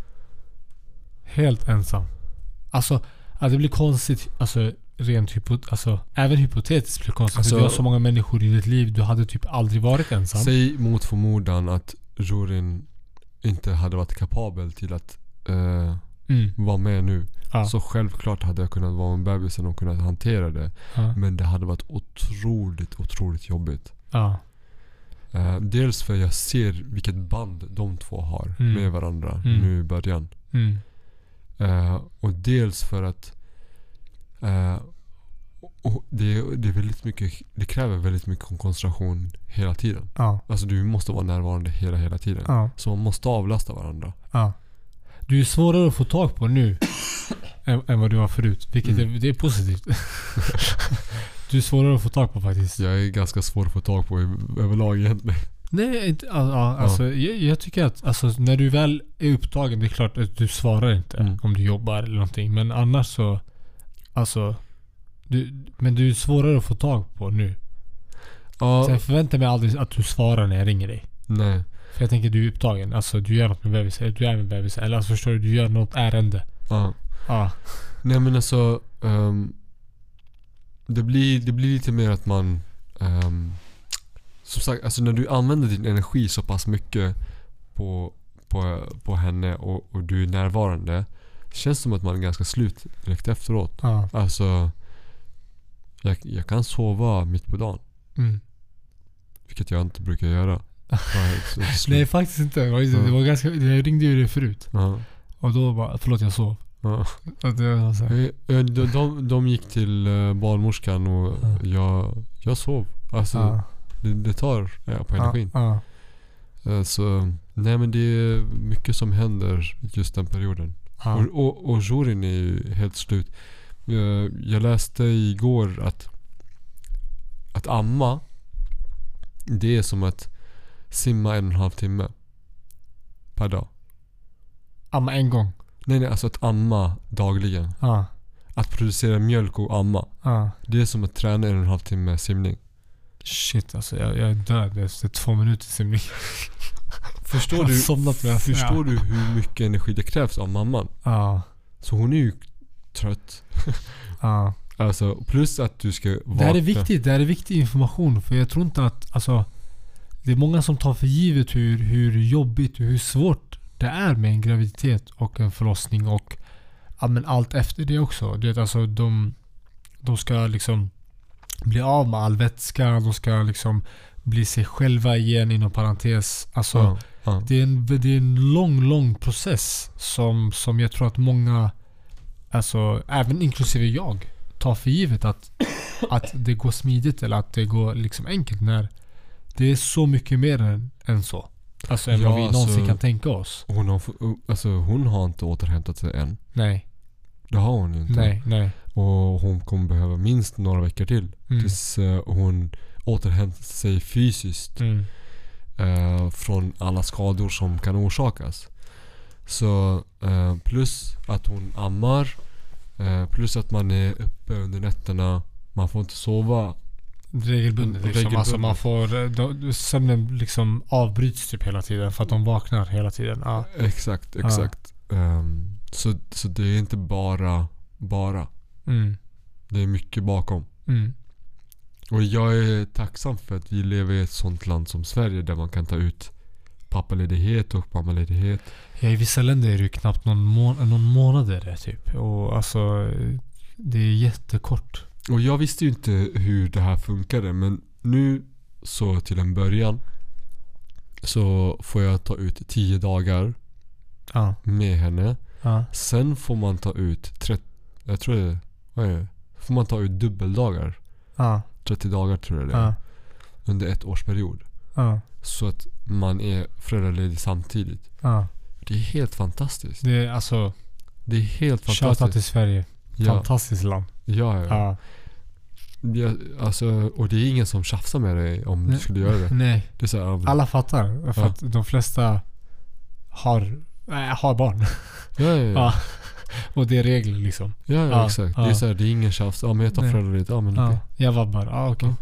A: Helt ensam. Alltså att det blir konstigt, alltså rent även hypotetiskt blir det konstigt. Alltså, du har så många människor i ditt liv, du hade typ aldrig varit ensam.
B: Säg mot förmodan att Jorin inte hade varit kapabel till att vara med nu. Så självklart hade jag kunnat vara en bebisen och kunnat hantera det. Men det hade varit otroligt jobbigt. Dels för jag ser vilket band de två har med varandra nu i början. Och dels för att och det är väldigt mycket, det kräver väldigt mycket koncentration hela tiden. Alltså du måste vara närvarande hela tiden. Så man måste avlasta varandra.
A: Du är svårare att få tag på nu än vad du var förut, vilket det är positivt. Du är svårare att få tag på faktiskt.
B: Jag är ganska svår att få tag på överlag egentligen.
A: Nej, inte, alltså, jag tycker att alltså, när du väl är upptagen, det är klart att du svarar inte om du jobbar eller någonting. Men annars så, alltså, men du är svårare att få tag på nu.
B: Ja.
A: Så jag förväntar mig aldrig att du svarar när jag ringer dig.
B: Nej.
A: För jag tänker du är upptagen. Alltså du gör något med bebis. Du är med bebis. Eller alltså förstår du gör något ärende.
B: Ja. Nej men alltså det blir lite mer att man som sagt, alltså när du använder din energi så pass mycket på henne och du är närvarande, känns det som att man är ganska slut direkt efteråt. Alltså jag kan sova mitt på dagen. Vilket jag inte brukar göra.
A: Nej faktiskt inte. Det var ganska, jag ringde ju dig förut. Och då bara, förlåt jag sov.
B: De gick till barnmorskan och jag sov. Alltså det tar på energin. Så nej men det är mycket som händer just den perioden. Och jouren är ju helt slut. Jag läste igår att amma, det är som att simma 1,5 timme per dag.
A: Amma en gång?
B: Nej, alltså att amma dagligen. Att producera mjölk och amma. Det är som att träna 1,5 timme simning.
A: Shit, alltså jag är död efter 2 minuter simning.
B: Förstår du hur mycket energi det krävs av mamman? Så hon är ju trött. Alltså, plus att du ska vakna.
A: Det här är viktig information. För jag tror inte att alltså, det är många som tar för givet hur jobbigt och hur svårt det är med en graviditet och en förlossning och men allt efter det också. Det är alltså de ska liksom bli av med all vätska, de ska liksom bli sig själva igen inom parentes. Alltså det är en lång process som jag tror att många, alltså även inklusive jag, tar för givet att det går smidigt eller att det går liksom enkelt, när det är så mycket mer än så. Alltså än vad vi någonsin kan tänka oss.
B: Hon har inte återhämtat sig än.
A: Nej.
B: Det har hon ju inte.
A: Nej.
B: Och hon kommer behöva minst några veckor till tills hon återhämtar sig fysiskt från alla skador som kan orsakas. Så plus att hon ammar, plus att man är uppe under nätterna, man får inte sova
A: regelbundet liksom. Alltså man får sömnen liksom avbryts typ hela tiden för att de vaknar hela tiden.
B: Exakt. Så det är inte bara det är mycket bakom. Och jag är tacksam för att vi lever i ett sånt land som Sverige där man kan ta ut pappaledighet och mammaledighet.
A: Ja, i vissa länder är det ju knappt någon månad är det typ. Och alltså det är jättekort.
B: Och jag visste ju inte hur det här funkade, men nu så till en början så får jag ta ut 10 dagar med henne. Sen får man ta ut får man ta ut dubbeldagar. 30 dagar tror jag det är. Under ett årsperiod. Så att man är föräldraledig samtidigt. Det är helt fantastiskt.
A: Det är
B: helt fantastiskt.
A: Shoutout till Sverige. Fantastiskt land.
B: Ja. Alltså, och det är ingen som tjafsar med dig om du skulle göra det.
A: Nej.
B: Det är så här,
A: alla fattar. För att de flesta har barn.
B: Ja.
A: Och det är regler liksom.
B: Ja, exakt. Det är så här, det är ingen tjafs. Men jag tar föräldraledigt. Men okej.
A: Jag var bara, okej.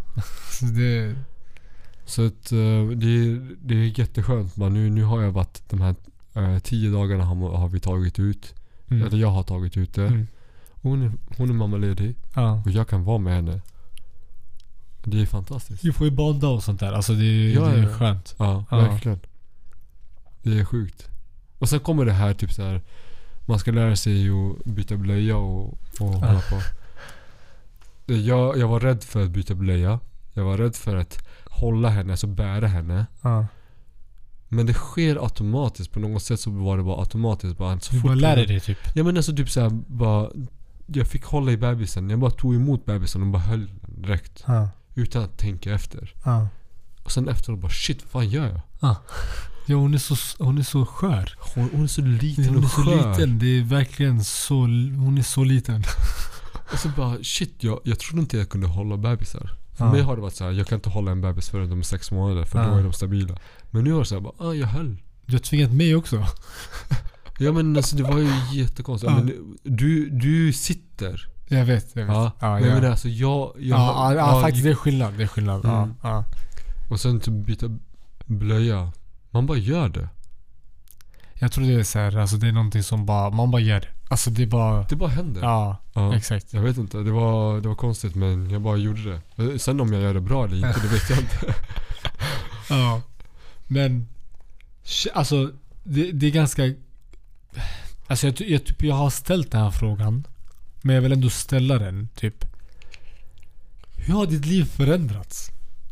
B: Så att det är jätteskönt. Men nu har jag varit de här 10 dagarna har vi tagit ut. Eller jag har tagit ut det. Hon är mammaledig. Och jag kan vara med henne. Det är fantastiskt.
A: Du får ju bonda och sånt där. Alltså det är skönt.
B: Ja, verkligen. Det är sjukt. Och sen kommer det här typ så här, man ska lära sig att byta blöja och hålla på. Jag var rädd för att byta blöja. Jag var rädd för att hålla henne, alltså bära henne. Men det sker automatiskt. På något sätt så var det bara automatiskt.
A: Du bara lär dig det typ.
B: Ja men alltså typ såhär bara, jag fick hålla i bebisen. Jag bara tog emot bebisen och bara höll den direkt. Utan att tänka efter. Och sen efteråt bara shit, vad fan gör jag?
A: Ja, hon är så skör.
B: Hon är så liten.
A: Hon är så liten. Det är verkligen så. Hon är så liten.
B: Och så bara shit, jag trodde inte jag kunde hålla bebisar. För mig har det varit så här, jag kan inte hålla en bebis förrän de är 6 månader, för då är de stabila. Men nu har det så här bara, jag höll.
A: Du har tvingat mig också.
B: Ja, men alltså det var ju jättekonstigt. Men du sitter.
A: Jag vet.
B: Men alltså
A: faktiskt det är skillnad.
B: Och sen typ byta blöja. Man bara gör det.
A: Jag tror det är så här, alltså det är någonting som man bara gör det. Alltså det bara
B: händer.
A: Ja, exakt.
B: Jag vet inte, det var konstigt, men jag bara gjorde det. Sen om jag gör det bra eller inte, det vet jag inte.
A: Ja. Men alltså det är ganska, alltså jag har ställt den här frågan, men jag vill ändå ställa den typ. Hur har ditt liv förändrats?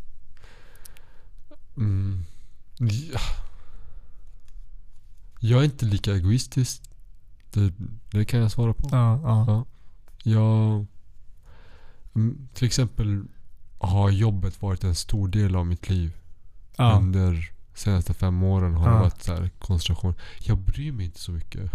B: Ja. Jag är inte lika egoistisk. Det kan jag svara på.
A: Ja.
B: Jag till exempel har jobbet varit en stor del av mitt liv. Under senaste 5 åren har det varit så här koncentration. Jag bryr mig inte så mycket.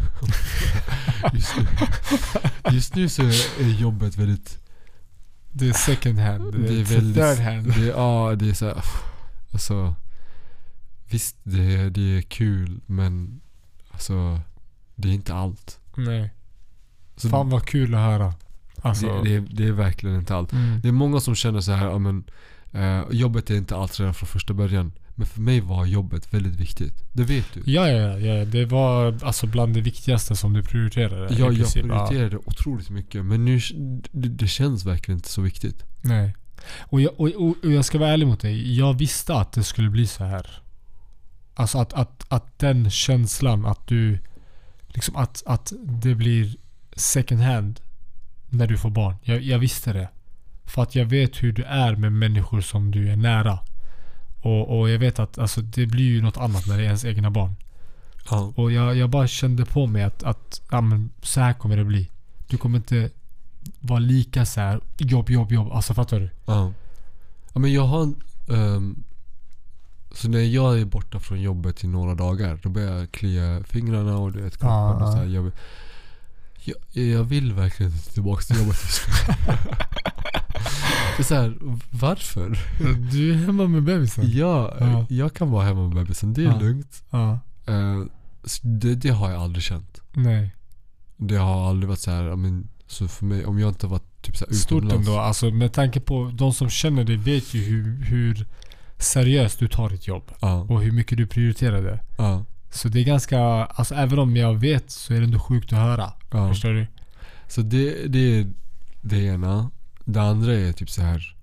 B: Just nu så är jobbet väldigt,
A: det är second hand.
B: Det är väldigt third hand. Det är så här, alltså visst det är kul, men alltså det är inte allt.
A: Nej. Så fan vad kul att höra. Alltså
B: det är verkligen inte allt. Det är många som känner så här, jobbet är inte allt redan från första början. Men för mig var jobbet väldigt viktigt. Det vet du.
A: Ja. Det var alltså bland det viktigaste som du prioriterade.
B: Ja, jag prioriterade otroligt mycket. Men nu det känns verkligen inte så viktigt.
A: Nej. Och jag ska vara ärlig mot dig. Jag visste att det skulle bli så här. Alltså att den känslan att du liksom att det blir second hand när du får barn. Jag visste det. För att jag vet hur du är med människor som du är nära. Och jag vet att alltså, det blir ju något annat när det är ens egna barn. Och jag bara kände på mig att men, så här kommer det bli. Du kommer inte vara lika så här jobb. Alltså fattar du?
B: Ja, men jag har så när jag är borta från jobbet i några dagar, då börjar jag klia fingrarna och det kroppen och så här. Jag vill verkligen inte tillbaka till jobbet. Det är så här, varför?
A: Du är hemma med bebisen.
B: Ja, jag kan vara hemma med bebisen. Det är lugnt. Det har jag aldrig känt.
A: Nej.
B: Det har aldrig varit så här, så för mig, om jag inte varit typ så här
A: stort
B: utomlands.
A: Ändå, alltså med tanke på de som känner dig vet ju hur seriöst du tar ditt jobb. Och hur mycket du prioriterar det. Så det är ganska, alltså även om jag vet så är det ändå sjukt att höra. Förstår du?
B: Så det är det ena. Det andra är typ så här.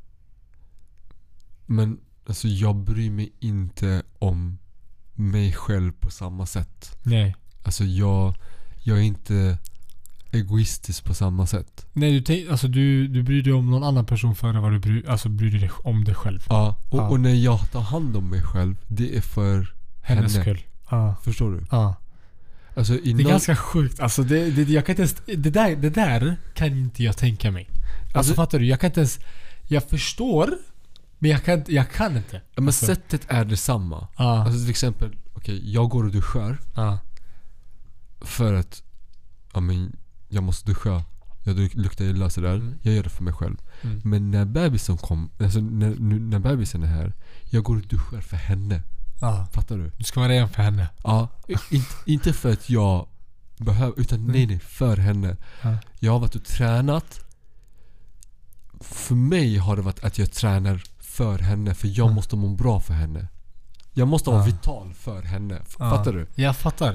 B: Men alltså jag bryr mig inte om mig själv på samma sätt.
A: Nej.
B: Alltså jag är inte egoistisk på samma sätt.
A: Nej, du bryr dig om någon annan person före vad du bryr dig om dig själv.
B: Ja, och när jag tar hand om mig själv, det är för
A: hennes skull.
B: Förstår du?
A: Ja.
B: Alltså,
A: det är ganska sjukt. Alltså jag kan inte ens, det där kan inte jag tänka mig. Alltså fattar du? Jag kan inte ens, jag förstår, men jag kan inte.
B: Men
A: alltså.
B: Sättet är detsamma. Alltså till exempel, jag går och duschar. För att jag måste duscha. Jag luktar illa sådär. Jag gör det för mig själv. Men när bebisen när bebisen är här, jag går och duschar för henne. Fattar du?
A: Du ska vara ren för henne.
B: Ja, inte för att jag behöver, utan nej, för henne. Jag har varit och tränat. För mig har det varit att jag tränar för henne, för jag måste må bra för henne. Jag måste vara vital för henne. Fattar du?
A: Jag fattar.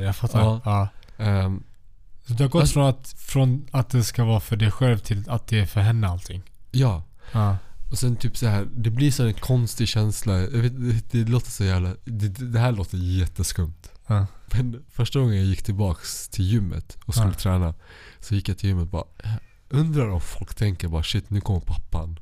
A: Så du har gått från att det ska vara för dig själv till att det är för henne allting.
B: Ja. Och sen typ så här, det blir så en konstig känsla. Jag vet, det låter så jävla, det här låter jätteskumt. Men första gången jag gick tillbaks till gymmet och skulle träna, så gick jag till gymmet och bara, undrar om folk tänker bara, shit, nu kommer pappan.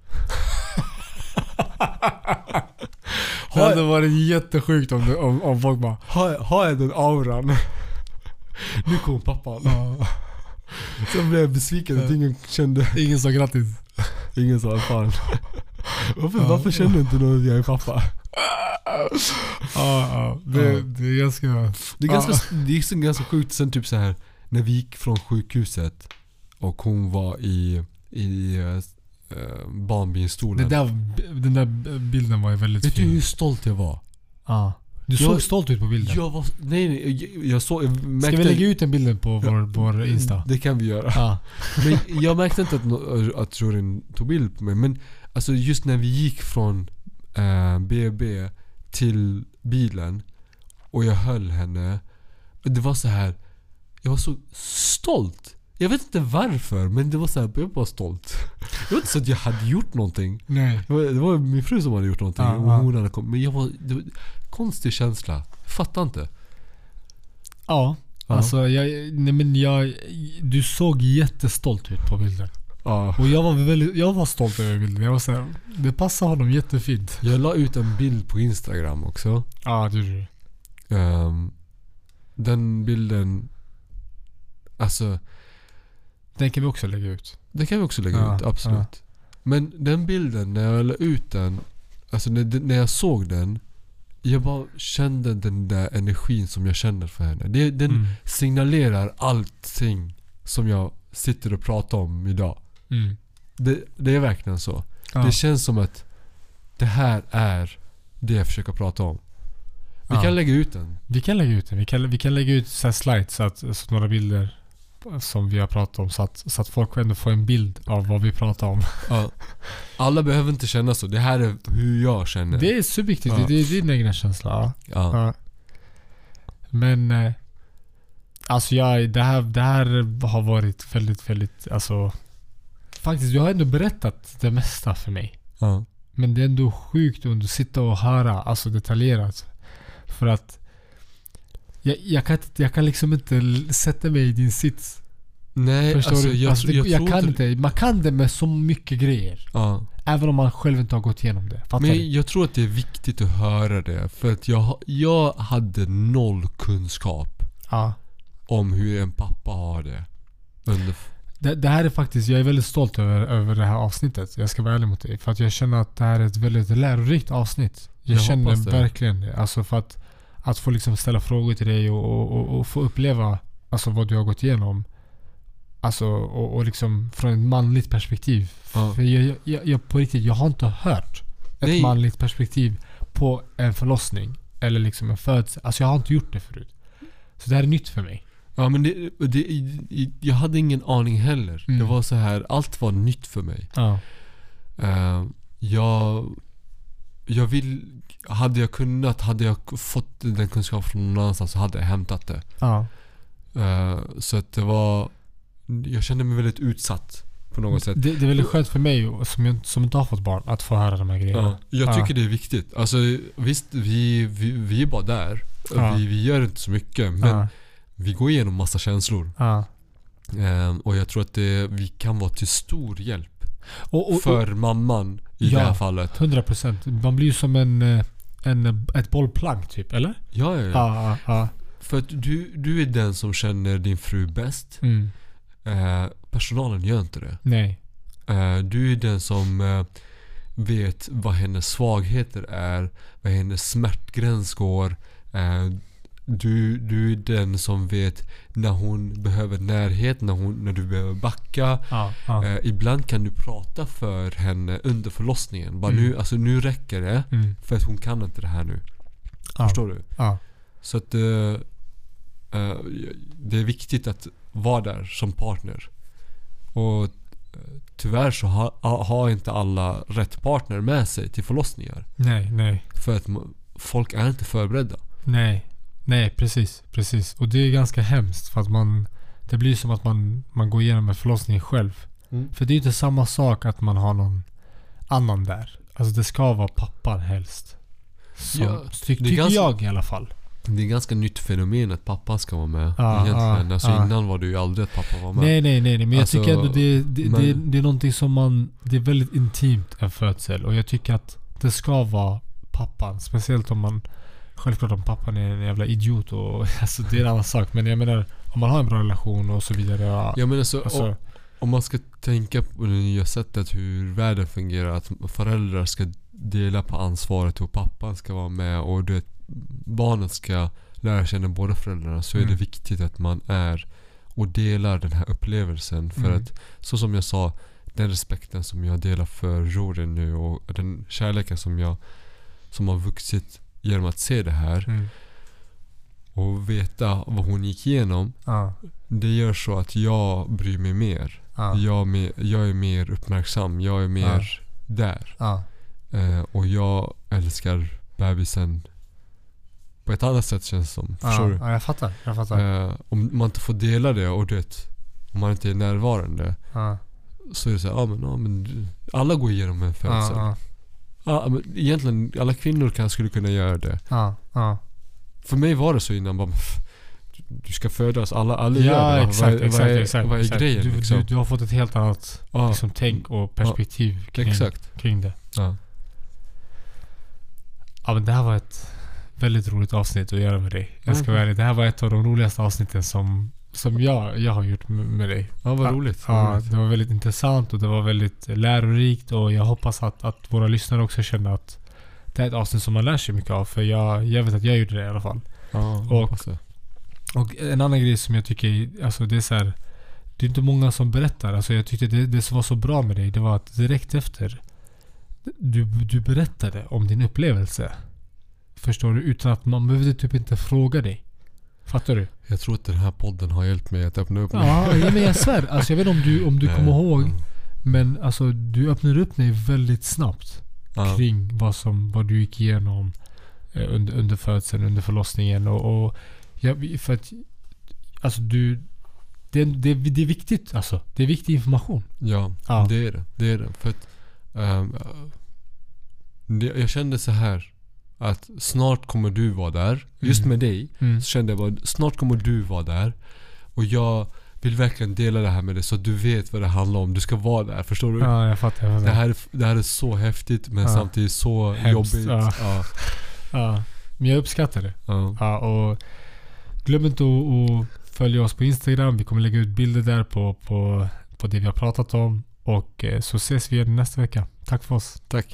A: Det hade varit jättesjukt om folk bara, har jag den auran?
B: Nu kommer pappan. Sen blev jag besviken att ingen
A: sa grattis.
B: Ingen sa fan. Varför känner inte någon att jag är pappa?
A: Det är ganska...
B: Det är ganska sjukt. Sen typ så här, när vi gick från sjukhuset och hon var i barnbilstolen.
A: Den där bilden var ju väldigt
B: Vet
A: fin.
B: du hur stolt jag var?
A: Ja. Du såg stolt ut på bilden.
B: Jag var... Nej, jag såg...
A: Ska vi lägga ut den bilden på vår Insta?
B: Det kan vi göra.
A: Ja.
B: Men jag märkte inte att Jorin tog bild på mig. Men alltså just när vi gick från BB till bilen och jag höll henne. Det var så här. Jag var så stolt. Jag vet inte varför, men det var så här, jag var bara stolt. Det var inte så att jag hade gjort någonting.
A: Nej.
B: Det var min fru som hade gjort någonting. Och hon hade kommit. Men det var konstig känsla. Jag fattar inte.
A: Ja. Alltså du såg jättestolt ut på bilden.
B: Ja.
A: Och jag var stolt över bilden. Jag var så här, det passar honom jättefint.
B: Jag la ut en bild på Instagram också.
A: Ja, det gjorde du.
B: Den bilden, alltså,
A: den kan vi också lägga ut.
B: Det kan vi också lägga ut, absolut. Ja. Men den bilden, när jag la ut den, alltså när jag såg den, jag bara kände den där energin som jag känner för henne. Den signalerar allting som jag sitter och pratar om idag. Det är verkligen så. Ja. Det känns som att det här är det jag försöker prata om. Vi kan lägga ut den.
A: Vi kan lägga ut så här slides, så några bilder som vi har pratat om, så att folk ändå får en bild av vad vi pratar om.
B: Ja. Alla behöver inte känna så. Det här är hur jag känner.
A: Det är subjektivt. Ja. Det är din egna känsla.
B: Ja.
A: Men alltså det här har varit väldigt, väldigt, alltså, faktiskt, jag har ändå berättat det mesta för mig.
B: Ja.
A: Men det är ändå sjukt att sitta och höra, alltså, detaljerat. För att jag kan liksom inte sätta mig i din sits.
B: Nej,
A: förstår
B: alltså,
A: du? Jag kan inte. Man kan det med så mycket grejer.
B: Ja.
A: Även om man själv inte har gått igenom det. Fattar
B: Men
A: du?
B: jag tror att det är viktigt att höra det. För att jag hade noll kunskap om hur en pappa har det.
A: Det här är faktiskt, jag är väldigt stolt över det här avsnittet. Jag ska vara ärlig mot dig. För att jag känner att det här är ett väldigt lärorikt avsnitt. Jag känner verkligen det. Alltså för att få liksom ställa frågor till dig och få uppleva, alltså, vad du har gått igenom. Alltså, och liksom från ett manligt perspektiv. För jag på riktigt, jag har inte hört ett manligt perspektiv på en förlossning eller liksom en födsel. Alltså, jag har inte gjort det förut. Så det här är nytt för mig.
B: Ja, men jag hade ingen aning heller. Det var så här, allt var nytt för mig. Jag vill, hade jag fått den kunskapen från någon annanstans, så hade jag hämtat det. Så att det var, jag kände mig väldigt utsatt på något sätt.
A: Det är väldigt skönt för mig som inte har fått barn att få höra de här grejerna.
B: Jag tycker det är viktigt. Alltså visst, vi är bara där. Vi gör inte så mycket, men vi går igenom massa känslor. Och jag tror att vi kan vara till stor hjälp för mamman i det här fallet.
A: 100%. Man blir ju som ett bollplank typ, eller?
B: Ja. För att du är den som känner din fru bäst. Personalen gör inte det.
A: Nej.
B: Du är den som vet vad hennes svagheter är, vad hennes smärtgräns går. Du är den som vet när hon behöver närhet, när du behöver backa. Ibland kan du prata för henne under förlossningen. Bara nu räcker det, för att hon kan inte det här nu. Förstår du? Så att det är viktigt att vara där som partner. Och tyvärr så har inte alla rätt partner med sig till förlossningar.
A: Nej.
B: För att folk är inte förberedda.
A: Nej, precis. Och det är ganska hemskt, för att det blir som att man går igenom en förlossning själv. För det är inte samma sak att man har någon annan där. Alltså det ska vara pappan helst. Tycker jag i alla fall.
B: Det är ganska nytt fenomen att pappa ska vara med. Innan var det ju aldrig att pappa var med.
A: Nej. Men jag tycker ändå det är någonting som det är väldigt intimt, en födsel. Och jag tycker att det ska vara pappan. Speciellt självklart om pappan är en jävla idiot och, alltså, det är en annan sak. Men jag menar, om man har en bra relation och så vidare.
B: Jag menar om man ska tänka på det nya sättet hur världen fungerar, att föräldrar ska dela på ansvaret och pappan ska vara med och barnet ska lära känna båda föräldrarna, så är det viktigt att man är och delar den här upplevelsen. För att, så som jag sa, den respekten som jag delar för Rory nu och den kärleken som har vuxit genom att se det här och veta vad hon gick igenom, det gör så att jag bryr mig mer. Jag är mer uppmärksam, jag är mer där. Och jag älskar bebisen på ett annat sätt, känns som. Förstår du?
A: Ja, jag fattar.
B: Om man inte får dela det och om man inte är närvarande, så är det så här, men alla går igenom en födsel. Men egentligen alla kvinnor skulle kunna göra det. För mig var det så innan, bara, du ska födas, alla gör det.
A: Exakt.
B: Vad är grejen? Liksom?
A: Du har fått ett helt annat liksom, tänk och perspektiv kring det. Ja, men det här var ett väldigt roligt avsnitt att göra med dig. Jag ska vara ärlig, det här var ett av de roligaste avsnitten som jag har gjort med dig.
B: Ja, vad roligt.
A: Ja, det var väldigt intressant och det var väldigt lärorikt, och jag hoppas att våra lyssnare också känner att det är ett avsnitt som man lär sig mycket av, för jag vet att jag gjorde det i alla fall. Och en annan grej som jag tycker, alltså det är så här, det är inte många som berättar. Alltså jag tyckte det som var så bra med dig, det var att direkt efter du berättade om din upplevelse, förstår du, utan att man behövde typ inte fråga dig. Fattar du?
B: Jag tror att den här podden har hjälpt mig att öppna upp mig.
A: Ja, men jag svär. Alltså jag vet inte om du kommer ihåg, men alltså du öppnade upp dig väldigt snabbt kring vad du gick igenom under födseln, under förlossningen, och för att alltså det är viktigt, alltså det är viktig information.
B: Ja. Det är det. För att jag kände så här att snart kommer du vara där. Just med dig så kände jag bara, snart kommer du vara där, och jag vill verkligen dela det här med dig så att du vet vad det handlar om. Du ska vara där, förstår du?
A: Ja, jag fattar.
B: Det här är så häftigt, men samtidigt så hemskt, jobbigt.
A: Men jag uppskattar det. Och glöm inte att följa oss på Instagram. Vi kommer lägga ut bilder där på det vi har pratat om, och så ses vi igen nästa vecka. Tack för oss.
B: Tack.